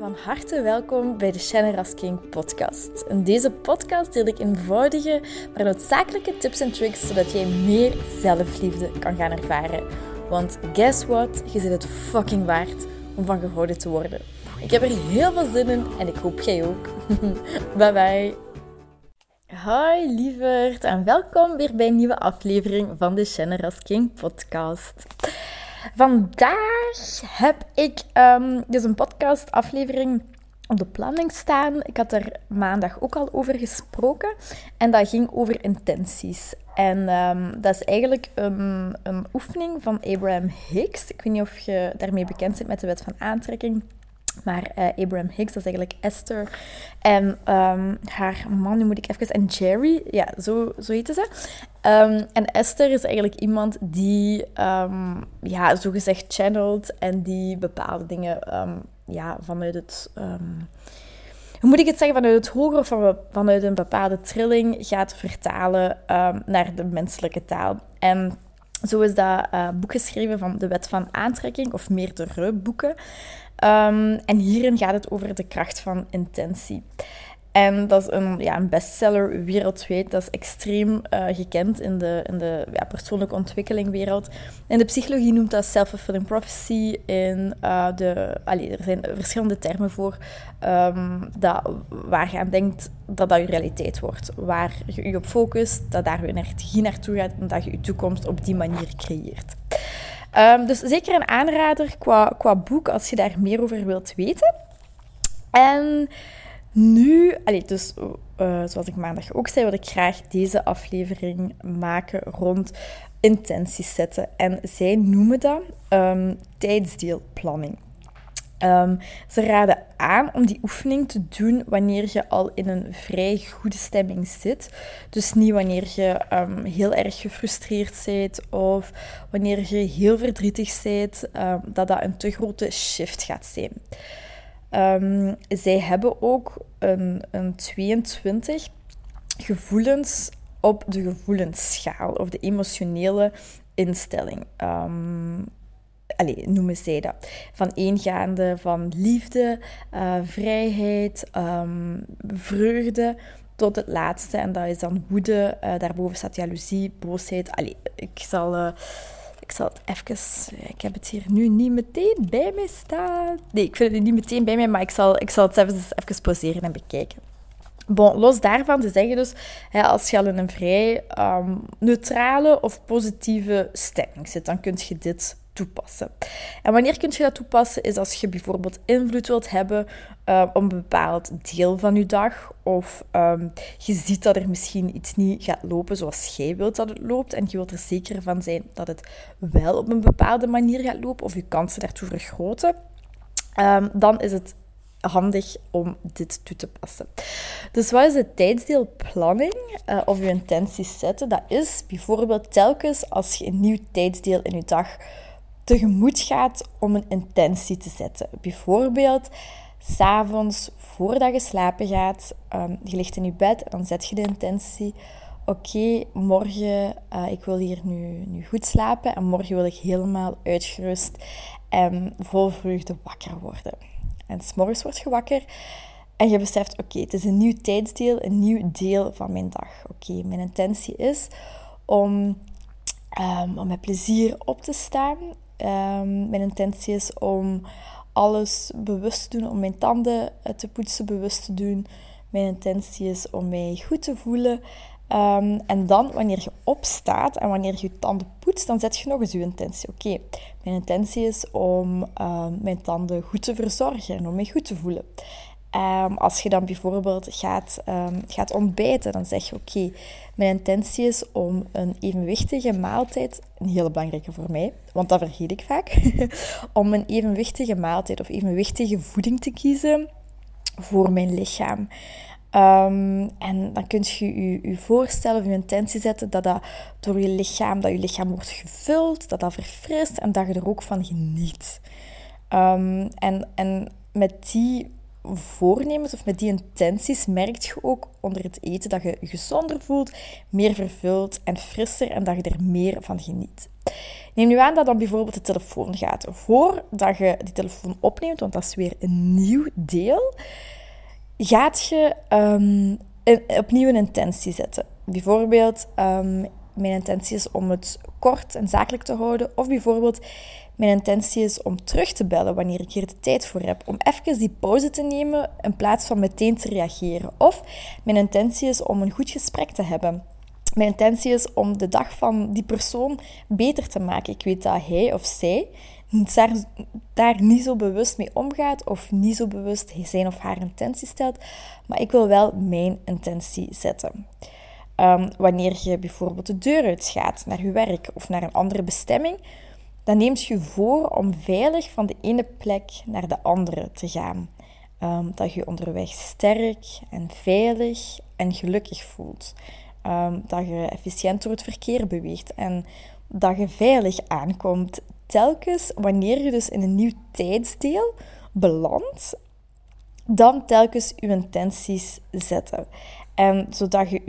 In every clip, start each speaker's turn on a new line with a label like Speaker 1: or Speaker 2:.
Speaker 1: Van harte welkom bij de Shannon Rasking podcast. In deze podcast deel ik eenvoudige, maar noodzakelijke tips en tricks zodat jij meer zelfliefde kan gaan ervaren. Want guess what? Je zit het fucking waard om van gehouden te worden. Ik heb er heel veel zin in en ik hoop jij ook. Bye bye. Hoi lieverd en welkom weer bij een nieuwe aflevering van de Shannon Rasking podcast. Vandaag heb ik dus een podcastaflevering op de planning staan. Ik had er maandag ook al over gesproken en dat ging over intenties. En dat is eigenlijk een oefening van Abraham Hicks. Ik weet niet of je daarmee bekend bent met de wet van aantrekking. Maar Abraham Hicks, dat is eigenlijk Esther. En haar man, nu moet ik even... En Jerry, ja, zo heette ze. En Esther is eigenlijk iemand die, zogezegd channelt en die bepaalde dingen vanuit het... hoe moet ik het zeggen? Vanuit het hoger of vanuit een bepaalde trilling gaat vertalen naar de menselijke taal. En zo is dat boek geschreven van de wet van aantrekking, of meerdere boeken. En hierin gaat het over de kracht van intentie. En dat is een bestseller wereldwijd. Dat is extreem gekend in de persoonlijke ontwikkelingwereld. In de psychologie noemt dat self-fulfilling prophecy. Er zijn verschillende termen voor waar je aan denkt dat je realiteit wordt. Waar je je op focust, dat daar je energie naartoe gaat en dat je je toekomst op die manier creëert. Dus zeker een aanrader qua boek als je daar meer over wilt weten. En nu, zoals ik maandag ook zei, wil ik graag deze aflevering maken rond intenties zetten. En zij noemen dat tijdsdeelplanning. Ze raden aan om die oefening te doen wanneer je al in een vrij goede stemming zit. Dus niet wanneer je heel erg gefrustreerd bent of wanneer je heel verdrietig bent, dat een te grote shift gaat zijn. Zij hebben ook een 22 gevoelens op de gevoelenschaal of de emotionele instelling. Noemen zij dat. Van eengaande van liefde, vrijheid, vreugde, tot het laatste. En dat is dan woede. Daarboven staat jaloezie, boosheid. Ik zal het even... Ik heb het hier nu niet meteen bij mij staan. Nee, ik vind het niet meteen bij mij, maar ik zal het even pauzeren en bekijken. Bon, los daarvan te zeggen dus, als je al in een vrij neutrale of positieve stemming zit, dan kun je dit toepassen. En wanneer kun je dat toepassen, is als je bijvoorbeeld invloed wilt hebben op een bepaald deel van je dag, of je ziet dat er misschien iets niet gaat lopen zoals jij wilt dat het loopt, en je wilt er zeker van zijn dat het wel op een bepaalde manier gaat lopen, of je kansen daartoe vergroten, dan is het handig om dit toe te passen. Dus wat is de tijdsdeelplanning of je intenties zetten? Dat is bijvoorbeeld telkens als je een nieuw tijdsdeel in je dag tegemoet gaat om een intentie te zetten. Bijvoorbeeld 's avonds voordat je slapen gaat, je ligt in je bed en dan zet je de intentie: oké, morgen, ik wil hier nu goed slapen en morgen wil ik helemaal uitgerust en vol vreugde wakker worden. En 's morgens word je wakker en je beseft: oké, het is een nieuw tijdsdeel, een nieuw deel van mijn dag. Oké, mijn intentie is om met plezier op te staan. Mijn intentie is om alles bewust te doen, om mijn tanden te poetsen bewust te doen. Mijn intentie is om mij goed te voelen. En dan, wanneer je opstaat en wanneer je je tanden poetst, dan zet je nog eens je intentie. Oké, mijn intentie is om mijn tanden goed te verzorgen en om mij goed te voelen. Als je dan bijvoorbeeld gaat ontbijten, dan zeg je: oké, mijn intentie is om een evenwichtige maaltijd, een hele belangrijke voor mij, want dat vergeet ik vaak, om een evenwichtige maaltijd of evenwichtige voeding te kiezen voor mijn lichaam. En dan kun je je voorstellen of je intentie zetten dat door je lichaam wordt gevuld, dat verfrist en dat je er ook van geniet. En met die voornemens of met die intenties merk je ook onder het eten dat je je gezonder voelt, meer vervuld en frisser en dat je er meer van geniet. Neem nu aan dat dan bijvoorbeeld de telefoon gaat. Voordat je die telefoon opneemt, want dat is weer een nieuw deel, gaat je opnieuw een intentie zetten. Bijvoorbeeld, mijn intentie is om het kort en zakelijk te houden. Of bijvoorbeeld, mijn intentie is om terug te bellen wanneer ik hier de tijd voor heb. Om even die pauze te nemen in plaats van meteen te reageren. Of mijn intentie is om een goed gesprek te hebben. Mijn intentie is om de dag van die persoon beter te maken. Ik weet dat hij of zij daar niet zo bewust mee omgaat of niet zo bewust zijn of haar intentie stelt. Maar ik wil wel mijn intentie zetten. Wanneer je bijvoorbeeld de deur uitgaat naar je werk of naar een andere bestemming, dan neemt je voor om veilig van de ene plek naar de andere te gaan. Dat je onderweg sterk en veilig en gelukkig voelt. Dat je efficiënt door het verkeer beweegt en dat je veilig aankomt. Telkens wanneer je dus in een nieuw tijdsdeel belandt, dan telkens je intenties zetten. En zodat je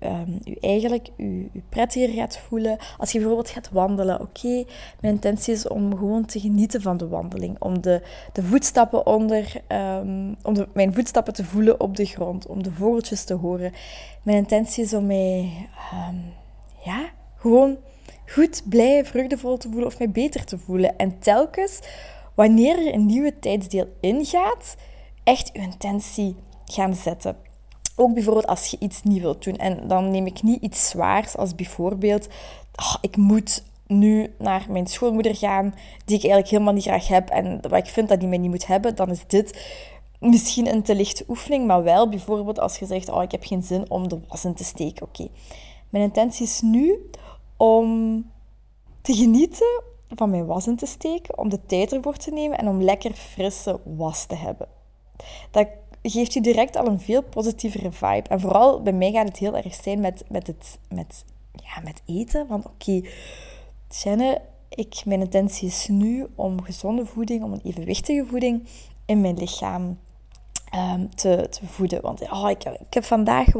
Speaker 1: je prettiger gaat voelen. Als je bijvoorbeeld gaat wandelen. Oké, mijn intentie is om gewoon te genieten van de wandeling. Om de voetstappen mijn voetstappen te voelen op de grond. Om de vogeltjes te horen. Mijn intentie is om mij gewoon goed, blij, vreugdevol te voelen. Of mij beter te voelen. En telkens, wanneer je een nieuwe tijdsdeel ingaat, echt je intentie gaan zetten. Ook bijvoorbeeld als je iets niet wilt doen. En dan neem ik niet iets zwaars als bijvoorbeeld, ik moet nu naar mijn schoonmoeder gaan, die ik eigenlijk helemaal niet graag heb en wat ik vind dat die mij niet moet hebben, dan is dit misschien een te lichte oefening, maar wel bijvoorbeeld als je zegt, ik heb geen zin om de was in te steken. Oké. Mijn intentie is nu om te genieten van mijn was in te steken, om de tijd ervoor te nemen en om lekker frisse was te hebben. Dat geeft je direct al een veel positievere vibe. En vooral bij mij gaat het heel erg zijn met eten. Want Shanne, mijn intentie is nu om gezonde voeding, om een evenwichtige voeding in mijn lichaam te voeden. Want vandaag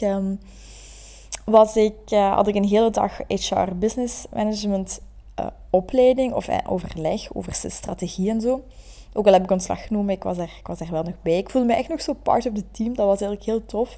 Speaker 1: had ik een hele dag HR Business Management opleiding of overleg over strategie en zo. Ook al heb ik ontslag genomen, ik was er wel nog bij. Ik voelde me echt nog zo part of the team. Dat was eigenlijk heel tof.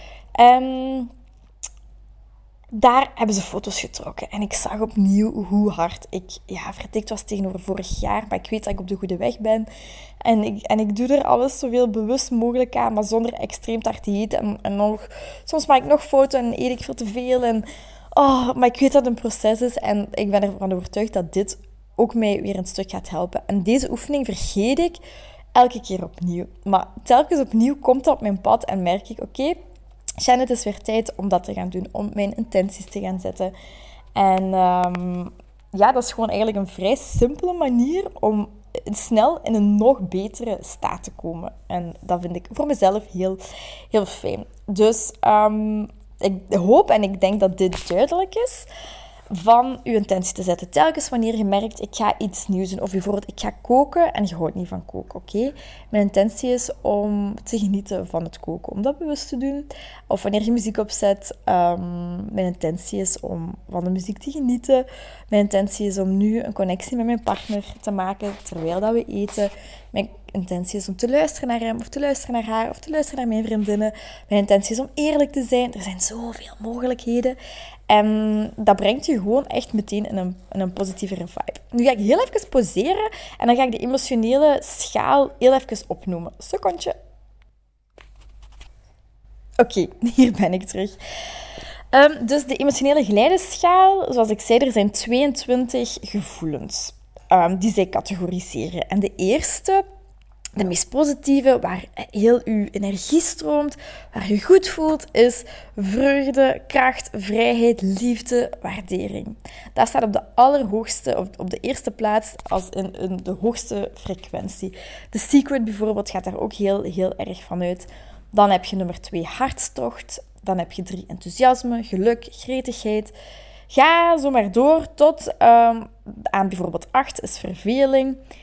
Speaker 1: Daar hebben ze foto's getrokken. En ik zag opnieuw hoe hard ik vertikt was tegenover vorig jaar. Maar ik weet dat ik op de goede weg ben. En ik doe er alles zoveel bewust mogelijk aan, maar zonder extreem hard te eten. Soms maak ik nog fouten en eet ik veel te veel. Maar ik weet dat het een proces is. En ik ben ervan overtuigd dat dit ook mij weer een stuk gaat helpen. En deze oefening vergeet ik elke keer opnieuw. Maar telkens opnieuw komt dat op mijn pad en merk ik, Shanne, het is weer tijd om dat te gaan doen, om mijn intenties te gaan zetten. En dat is gewoon eigenlijk een vrij simpele manier om snel in een nog betere staat te komen. En dat vind ik voor mezelf heel, heel fijn. Dus ik hoop en ik denk dat dit duidelijk is, van je intentie te zetten. Telkens wanneer je merkt, ik ga iets nieuws doen. Of bijvoorbeeld, ik ga koken en je houdt niet van koken, oké? Mijn intentie is om te genieten van het koken. Om dat bewust te doen. Of wanneer je muziek opzet, mijn intentie is om van de muziek te genieten. Mijn intentie is om nu een connectie met mijn partner te maken terwijl dat we eten. Mijn intentie is om te luisteren naar hem, of te luisteren naar haar, of te luisteren naar mijn vriendinnen. Mijn intentie is om eerlijk te zijn. Er zijn zoveel mogelijkheden. En dat brengt je gewoon echt meteen in een positievere vibe. Nu ga ik heel even pauzeren en dan ga ik de emotionele schaal heel even opnoemen. Secondje. Oké, hier ben ik terug. Dus de emotionele geleideschaal, zoals ik zei, er zijn 22 gevoelens die zij categoriseren. En de eerste, de meest positieve, waar heel uw energie stroomt, waar je goed voelt, is vreugde, kracht, vrijheid, liefde, waardering. Dat staat op de allerhoogste, op de eerste plaats, als in de hoogste frequentie. The Secret bijvoorbeeld gaat daar ook heel, heel erg van uit. Dan heb je nummer 2, hartstocht. Dan heb je 3, enthousiasme, geluk, gretigheid. Ga zo maar door tot aan bijvoorbeeld 8 is verveling.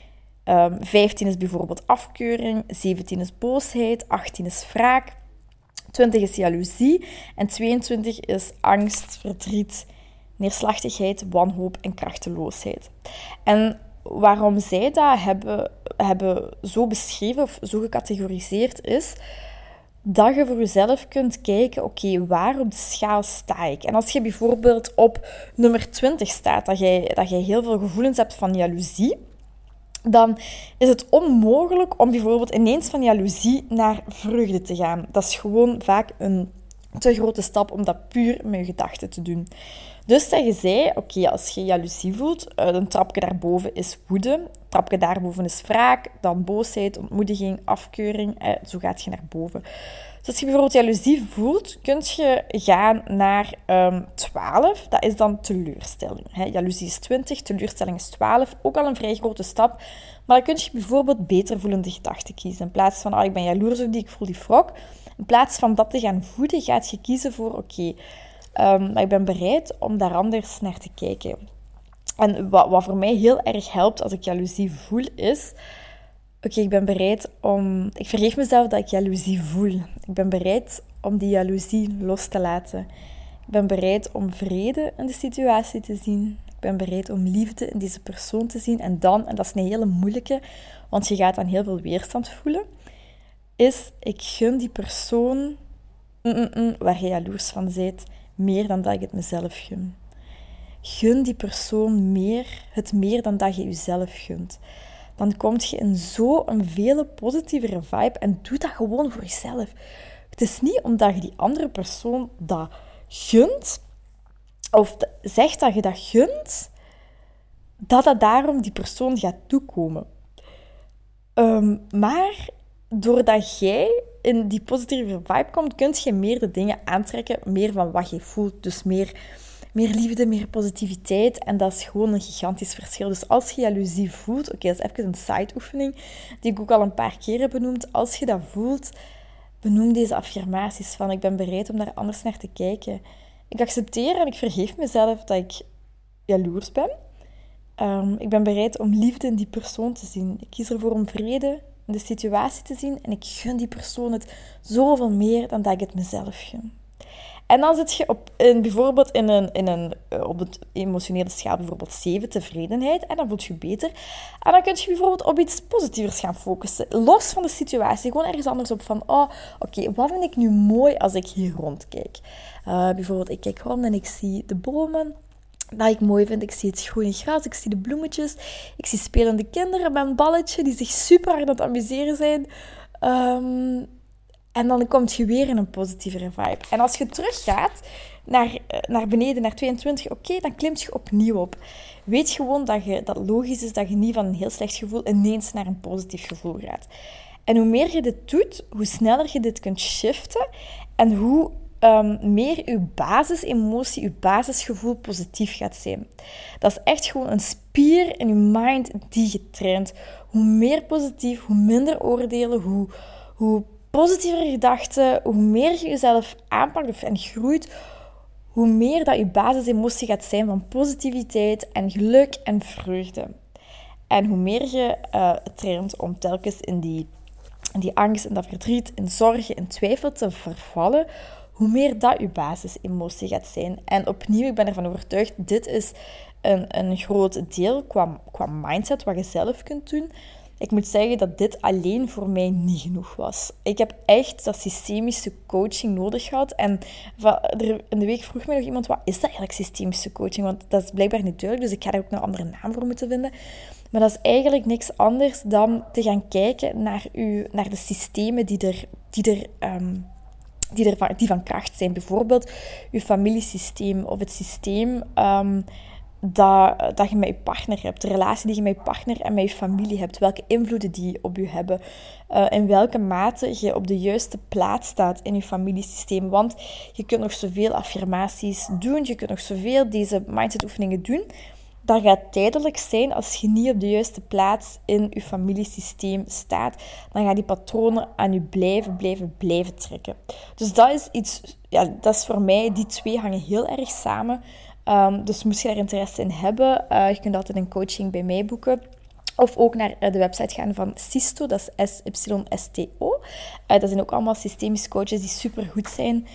Speaker 1: 15 is bijvoorbeeld afkeuring, 17 is boosheid, 18 is wraak, 20 is jaloezie en 22 is angst, verdriet, neerslachtigheid, wanhoop en krachteloosheid. En waarom zij dat hebben zo beschreven of zo gecategoriseerd is, dat je voor jezelf kunt kijken, oké, waar op de schaal sta ik? En als je bijvoorbeeld op nummer 20 staat, dat jij heel veel gevoelens hebt van jaloezie, dan is het onmogelijk om bijvoorbeeld ineens van jaloezie naar vreugde te gaan. Dat is gewoon vaak een te grote stap om dat puur met je gedachten te doen. Dus dat je zei, oké, als je jaloezie voelt, een trapje daarboven is woede, een trapje daarboven is wraak, dan boosheid, ontmoediging, afkeuring, zo gaat je naar boven. Dus als je bijvoorbeeld jaloezie voelt, kun je gaan naar 12, dat is dan teleurstelling. Jaloezie is 20, teleurstelling is 12, ook al een vrij grote stap, maar dan kun je bijvoorbeeld beter voelende gedachten kiezen. In plaats van, ik ben jaloers op die, ik voel die wrok. In plaats van dat te gaan voeden, gaat je kiezen voor, maar ik ben bereid om daar anders naar te kijken. En wat voor mij heel erg helpt als ik jaloezie voel, is... ik ben bereid om... Ik vergeef mezelf dat ik jaloezie voel. Ik ben bereid om die jaloezie los te laten. Ik ben bereid om vrede in de situatie te zien. Ik ben bereid om liefde in deze persoon te zien. En dat is een hele moeilijke, want je gaat dan heel veel weerstand voelen, is ik gun die persoon waar je jaloers van bent, meer dan dat ik het mezelf gun. Gun die persoon meer dan dat je jezelf gunt. Dan kom je in zo'n veel positievere vibe en doe dat gewoon voor jezelf. Het is niet omdat je die andere persoon dat gunt, of zegt dat je dat gunt, dat daarom die persoon gaat toekomen. Maar doordat jij in die positieve vibe komt, kun je meer de dingen aantrekken, meer van wat je voelt. Dus meer liefde, meer positiviteit. En dat is gewoon een gigantisch verschil. Dus als je jaloezie voelt... dat is even een side-oefening die ik ook al een paar keer heb benoemd. Als je dat voelt, benoem deze affirmaties van ik ben bereid om daar anders naar te kijken. Ik accepteer en ik vergeef mezelf dat ik jaloers ben. Ik ben bereid om liefde in die persoon te zien. Ik kies ervoor om vrede in de situatie te zien en ik gun die persoon het zoveel meer dan dat ik het mezelf gun. En dan zit je bijvoorbeeld op de emotionele schaal bijvoorbeeld 7, tevredenheid, en dan voelt je beter. En dan kun je bijvoorbeeld op iets positievers gaan focussen, los van de situatie, gewoon ergens anders op van, wat vind ik nu mooi als ik hier rondkijk? Bijvoorbeeld, ik kijk rond en ik zie de bomen, dat ik mooi vind. Ik zie het groene gras, ik zie de bloemetjes, ik zie spelende kinderen met een balletje die zich super hard aan het amuseren zijn. En dan kom je weer in een positievere vibe. En als je teruggaat naar beneden, naar 22, dan klimt je opnieuw op. Weet gewoon dat het logisch is dat je niet van een heel slecht gevoel ineens naar een positief gevoel gaat. En hoe meer je dit doet, hoe sneller je dit kunt shiften en hoe meer je basisemotie, je basisgevoel positief gaat zijn. Dat is echt gewoon een spier in je mind die je traint. Hoe meer positief, hoe minder oordelen, hoe positievere gedachten, hoe meer je jezelf aanpakt en groeit, hoe meer dat je basisemotie gaat zijn van positiviteit en geluk en vreugde. En hoe meer je traint om telkens in die angst en dat verdriet, in zorgen, in twijfel te vervallen, hoe meer dat je basisemotie gaat zijn. En opnieuw, ik ben ervan overtuigd, dit is een groot deel qua mindset wat je zelf kunt doen. Ik moet zeggen dat dit alleen voor mij niet genoeg was. Ik heb echt dat systemische coaching nodig gehad. En in de week vroeg mij nog iemand, wat is dat eigenlijk systemische coaching? Want dat is blijkbaar niet duidelijk, dus ik ga daar ook een andere naam voor moeten vinden. Maar dat is eigenlijk niks anders dan te gaan kijken naar de systemen die van kracht zijn. Bijvoorbeeld je familiesysteem of het systeem dat je met je partner hebt, de relatie die je met je partner en met je familie hebt, welke invloeden die op je hebben, in welke mate je op de juiste plaats staat in je familiesysteem, want je kunt nog zoveel affirmaties doen, je kunt nog zoveel deze mindset-oefeningen doen, dat gaat tijdelijk zijn als je niet op de juiste plaats in je familiesysteem staat. Dan gaan die patronen aan je blijven trekken. Dus dat is iets, dat is voor mij, die twee hangen heel erg samen. Dus moest je daar interesse in hebben, je kunt altijd een coaching bij mij boeken. Of ook naar de website gaan van Systo, dat is SYSTO. Dat zijn ook allemaal systemische coaches die supergoed zijn.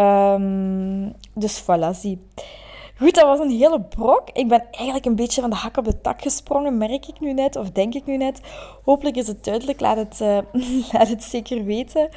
Speaker 1: Dus voilà, zie. Goed, dat was een hele brok. Ik ben eigenlijk een beetje van de hak op de tak gesprongen, merk ik nu net, of denk ik nu net. Hopelijk is het duidelijk, laat het zeker weten.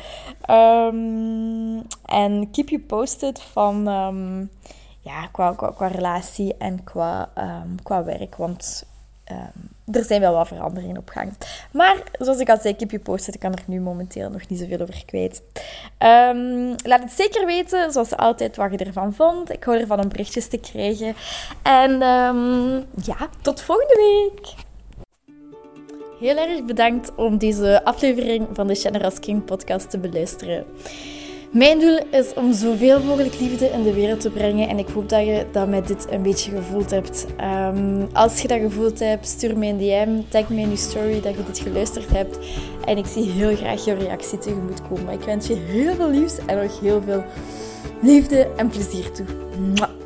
Speaker 1: En keep you posted van, qua relatie en qua werk, want er zijn wel wat veranderingen op gang. Maar, zoals ik al zei, keep you posted. Ik kan er nu momenteel nog niet zoveel over kwijt. Laat het zeker weten, zoals altijd, wat je ervan vond. Ik hou ervan om berichtjes te krijgen. En tot volgende week! Heel erg bedankt om deze aflevering van de Generous King podcast te beluisteren. Mijn doel is om zoveel mogelijk liefde in de wereld te brengen en ik hoop dat je dat met dit een beetje gevoeld hebt. Als je dat gevoeld hebt, stuur mij een DM, tag me in je story dat je dit geluisterd hebt en ik zie heel graag jouw reactie tegemoetkomen. Ik wens je heel veel liefs en nog heel veel liefde en plezier toe. Mwah.